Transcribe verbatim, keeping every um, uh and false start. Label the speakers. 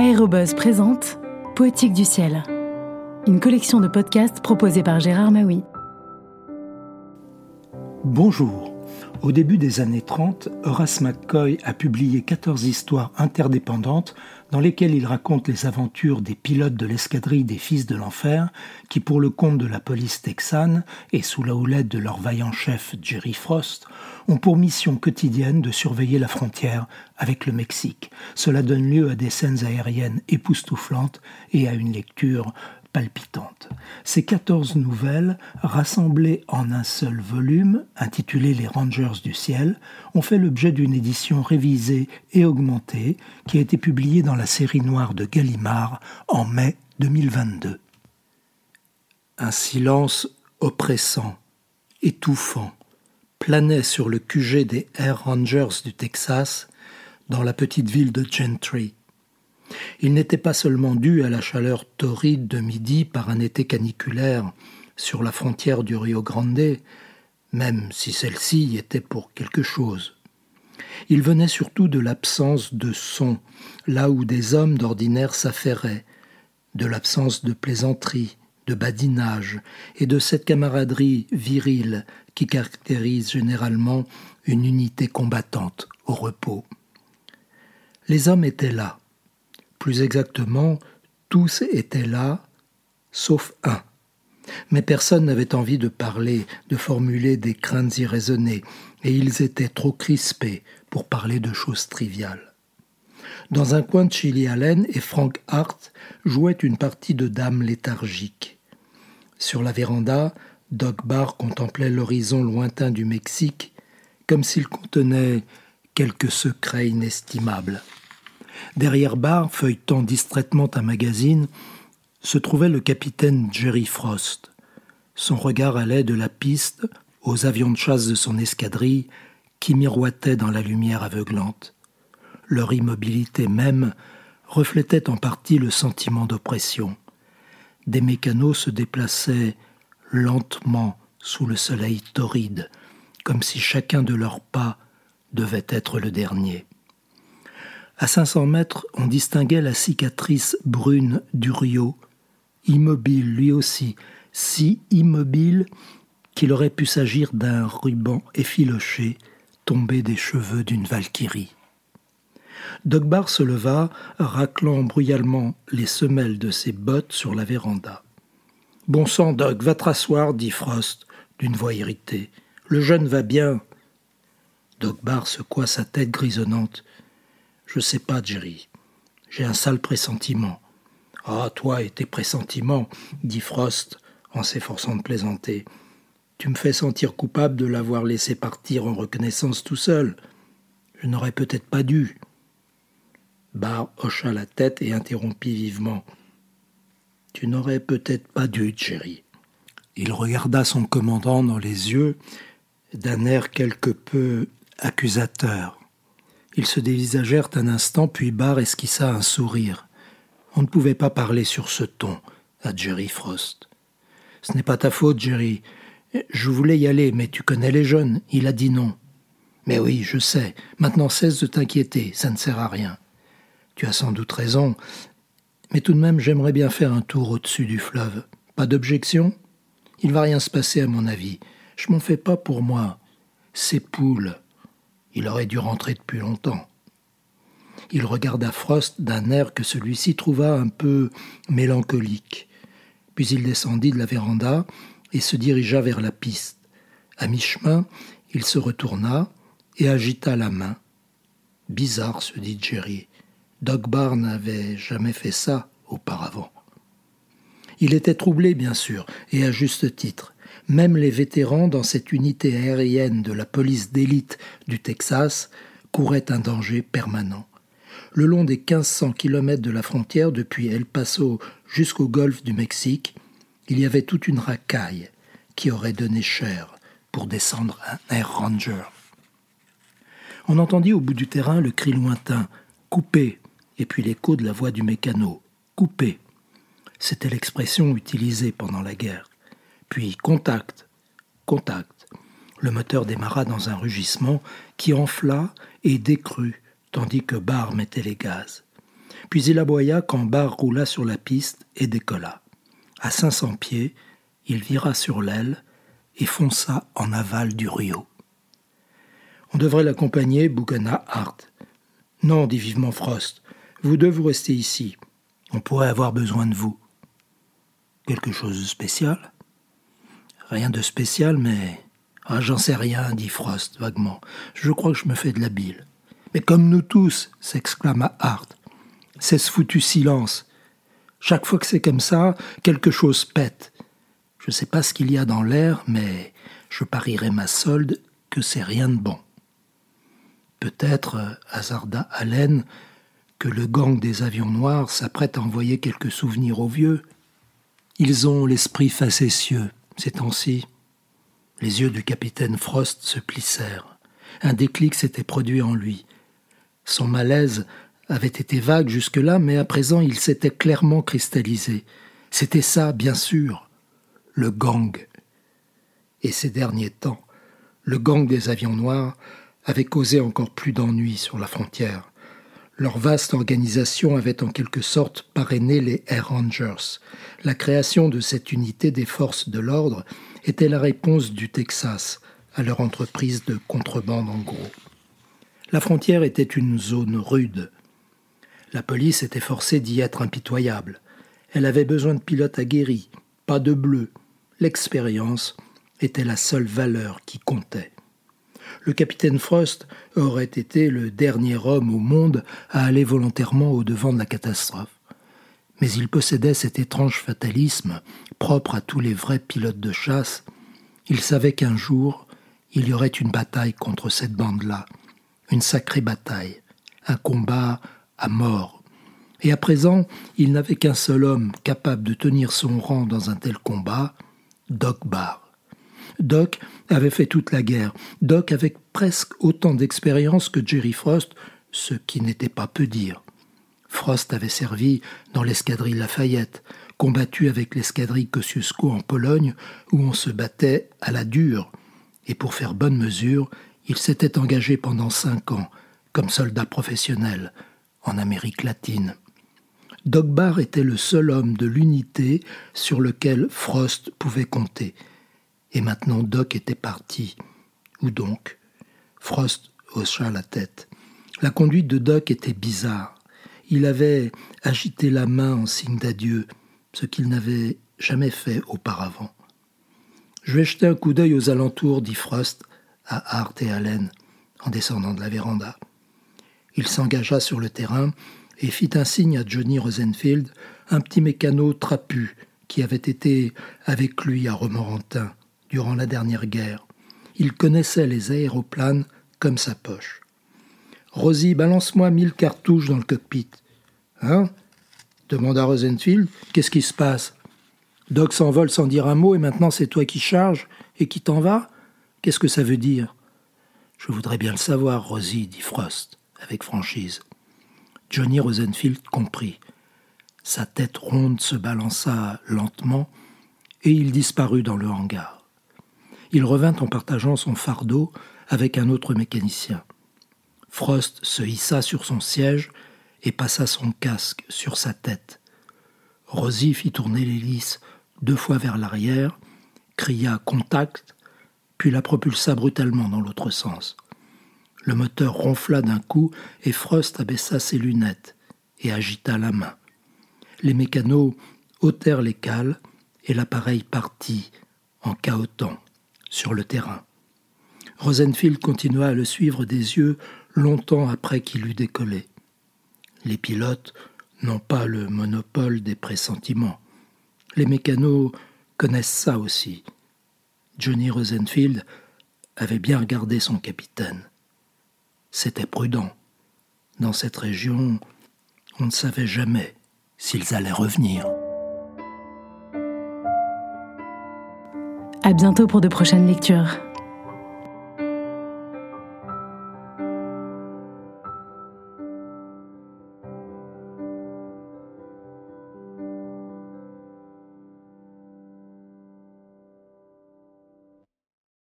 Speaker 1: Aérobuzz présente Poétique du ciel, une collection de podcasts proposée par Gérard Maui.
Speaker 2: Bonjour. Au début des années trente, Horace McCoy a publié quatorze histoires interdépendantes dans lesquelles il raconte les aventures des pilotes de l'escadrille des Fils de l'Enfer qui, pour le compte de la police texane et sous la houlette de leur vaillant chef Jerry Frost, ont pour mission quotidienne de surveiller la frontière avec le Mexique. Cela donne lieu à des scènes aériennes époustouflantes et à une lecture palpitante. Ces quatorze nouvelles, rassemblées en un seul volume, intitulé Les Rangers du ciel, ont fait l'objet d'une édition révisée et augmentée qui a été publiée dans la série noire de Gallimard en mai deux mille vingt-deux. Un silence oppressant, étouffant, planait sur le Q G des Air Rangers du Texas, dans la petite ville de Gentry. Il n'était pas seulement dû à la chaleur torride de midi par un été caniculaire sur la frontière du Rio Grande, même si celle-ci y était pour quelque chose. Il venait surtout de l'absence de son, là où des hommes d'ordinaire s'affairaient, de l'absence de plaisanterie, de badinage et de cette camaraderie virile qui caractérise généralement une unité combattante au repos. Les hommes étaient là. Plus exactement, tous étaient là, sauf un. Mais personne n'avait envie de parler, de formuler des craintes irraisonnées, et ils étaient trop crispés pour parler de choses triviales. Dans un coin, Chili Allen et Frank Hart jouaient une partie de dames léthargiques. Sur la véranda, Doc Barr contemplait l'horizon lointain du Mexique, comme s'il contenait quelques secrets inestimables. Derrière Barr, feuilletant distraitement un magazine, se trouvait le capitaine Jerry Frost. Son regard allait de la piste aux avions de chasse de son escadrille qui miroitaient dans la lumière aveuglante. Leur immobilité même reflétait en partie le sentiment d'oppression. Des mécanos se déplaçaient lentement sous le soleil torride, comme si chacun de leurs pas devait être le dernier. À cinq cents mètres, on distinguait la cicatrice brune du Rio, immobile lui aussi, si immobile qu'il aurait pu s'agir d'un ruban effiloché tombé des cheveux d'une valkyrie. Doc Barr se leva, raclant bruyamment les semelles de ses bottes sur la véranda. « Bon sang, Doc, va te rasseoir, dit Frost, d'une voix irritée. « Le jeune va bien. » Doc Barr secoua sa tête grisonnante. « Je sais pas, Jerry. J'ai un sale pressentiment. »« Ah, toi et tes pressentiments, » dit Frost en s'efforçant de plaisanter. « Tu me fais sentir coupable de l'avoir laissé partir en reconnaissance tout seul. Je n'aurais peut-être pas dû. » Barr hocha la tête et interrompit vivement. « Tu n'aurais peut-être pas dû, Jerry. » Il regarda son commandant dans les yeux d'un air quelque peu accusateur. Ils se dévisagèrent un instant, puis Barr esquissa un sourire. On ne pouvait pas parler sur ce ton à Jerry Frost. « Ce n'est pas ta faute, Jerry. Je voulais y aller, mais tu connais les jeunes. Il a dit non. »« Mais oui, je sais. Maintenant cesse de t'inquiéter, ça ne sert à rien. Tu as sans doute raison, mais tout de même j'aimerais bien faire un tour au-dessus du fleuve. Pas d'objection ? Il va rien se passer à mon avis. Je m'en fais pas pour moi. Ces poules... » Il aurait dû rentrer depuis longtemps. Il regarda Frost d'un air que celui-ci trouva un peu mélancolique. Puis il descendit de la véranda et se dirigea vers la piste. À mi-chemin, il se retourna et agita la main. Bizarre, se dit Jerry. Doc Barr n'avait jamais fait ça auparavant. Il était troublé, bien sûr, et à juste titre. Même les vétérans dans cette unité aérienne de la police d'élite du Texas couraient un danger permanent. Le long des mille cinq cents kilomètres de la frontière, depuis El Paso jusqu'au golfe du Mexique, il y avait toute une racaille qui aurait donné cher pour descendre un Air Ranger. On entendit au bout du terrain le cri lointain « Coupé !» et puis l'écho de la voix du mécano « Coupé !» C'était l'expression utilisée pendant la guerre. Puis contact, contact. Le moteur démarra dans un rugissement qui enfla et décrut, tandis que Barr mettait les gaz. Puis il aboya quand Barre roula sur la piste et décolla. À cinq cents pieds, il vira sur l'aile et fonça en aval du Rio. On devrait l'accompagner, bougonna Hart. « Non, dit vivement Frost, vous deux vous restez ici. On pourrait avoir besoin de vous. » « Quelque chose de spécial ?»« Rien de spécial, mais... »« Ah, j'en sais rien, dit Frost vaguement. Je crois que je me fais de la bile. »« Mais comme nous tous, s'exclama Hart. C'est ce foutu silence. Chaque fois que c'est comme ça, quelque chose pète. Je ne sais pas ce qu'il y a dans l'air, mais je parierais ma solde que c'est rien de bon. » Peut-être, hasarda Allen, que le gang des avions noirs s'apprête à envoyer quelques souvenirs aux vieux. Ils ont l'esprit facétieux, ces temps-ci. Les yeux du capitaine Frost se plissèrent. Un déclic s'était produit en lui. Son malaise avait été vague jusque-là, mais à présent il s'était clairement cristallisé. C'était ça, bien sûr, le gang. Et ces derniers temps, le gang des avions noirs avait causé encore plus d'ennuis sur la frontière. Leur vaste organisation avait en quelque sorte parrainé les Air Rangers. La création de cette unité des forces de l'ordre était la réponse du Texas à leur entreprise de contrebande en gros. La frontière était une zone rude. La police était forcée d'y être impitoyable. Elle avait besoin de pilotes aguerris, pas de bleus. L'expérience était la seule valeur qui comptait. Le capitaine Frost aurait été le dernier homme au monde à aller volontairement au-devant de la catastrophe. Mais il possédait cet étrange fatalisme, propre à tous les vrais pilotes de chasse. Il savait qu'un jour, il y aurait une bataille contre cette bande-là, une sacrée bataille, un combat à mort. Et à présent, il n'avait qu'un seul homme capable de tenir son rang dans un tel combat, Doc Barr. Doc avait fait toute la guerre. Doc avait presque autant d'expérience que Jerry Frost, ce qui n'était pas peu dire. Frost avait servi dans l'escadrille Lafayette, combattu avec l'escadrille Kosciuszko en Pologne, où on se battait à la dure. Et pour faire bonne mesure, il s'était engagé pendant cinq ans, comme soldat professionnel, en Amérique latine. Doc Barr était le seul homme de l'unité sur lequel Frost pouvait compter. Et maintenant Doc était parti. Où donc ? Frost hocha la tête. La conduite de Doc était bizarre. Il avait agité la main en signe d'adieu, ce qu'il n'avait jamais fait auparavant. « Je vais jeter un coup d'œil aux alentours, dit Frost à Hart et Allen, en descendant de la véranda. Il s'engagea sur le terrain et fit un signe à Johnny Rosenfield, un petit mécano trapu qui avait été avec lui à Romorantin durant la dernière guerre. Il connaissait les aéroplanes comme sa poche. « Rosie, balance-moi mille cartouches dans le cockpit. »« Hein ?» demanda Rosenfield. « Qu'est-ce qui se passe ? Doc s'envole sans dire un mot et maintenant c'est toi qui charges et qui t'en vas ? Qu'est-ce que ça veut dire ?»« Je voudrais bien le savoir, Rosie, dit Frost, avec franchise. » Johnny Rosenfield comprit. Sa tête ronde se balança lentement et il disparut dans le hangar. Il revint en partageant son fardeau avec un autre mécanicien. Frost se hissa sur son siège et passa son casque sur sa tête. Rosie fit tourner l'hélice deux fois vers l'arrière, cria « Contact !» puis la propulsa brutalement dans l'autre sens. Le moteur ronfla d'un coup et Frost abaissa ses lunettes et agita la main. Les mécanos ôtèrent les cales et l'appareil partit en cahotant sur le terrain. Rosenfield continua à le suivre des yeux longtemps après qu'il eut décollé. Les pilotes n'ont pas le monopole des pressentiments. Les mécanos connaissent ça aussi. Johnny Rosenfield avait bien regardé son capitaine. C'était prudent. Dans cette région, on ne savait jamais s'ils allaient revenir.
Speaker 1: À bientôt pour de prochaines lectures.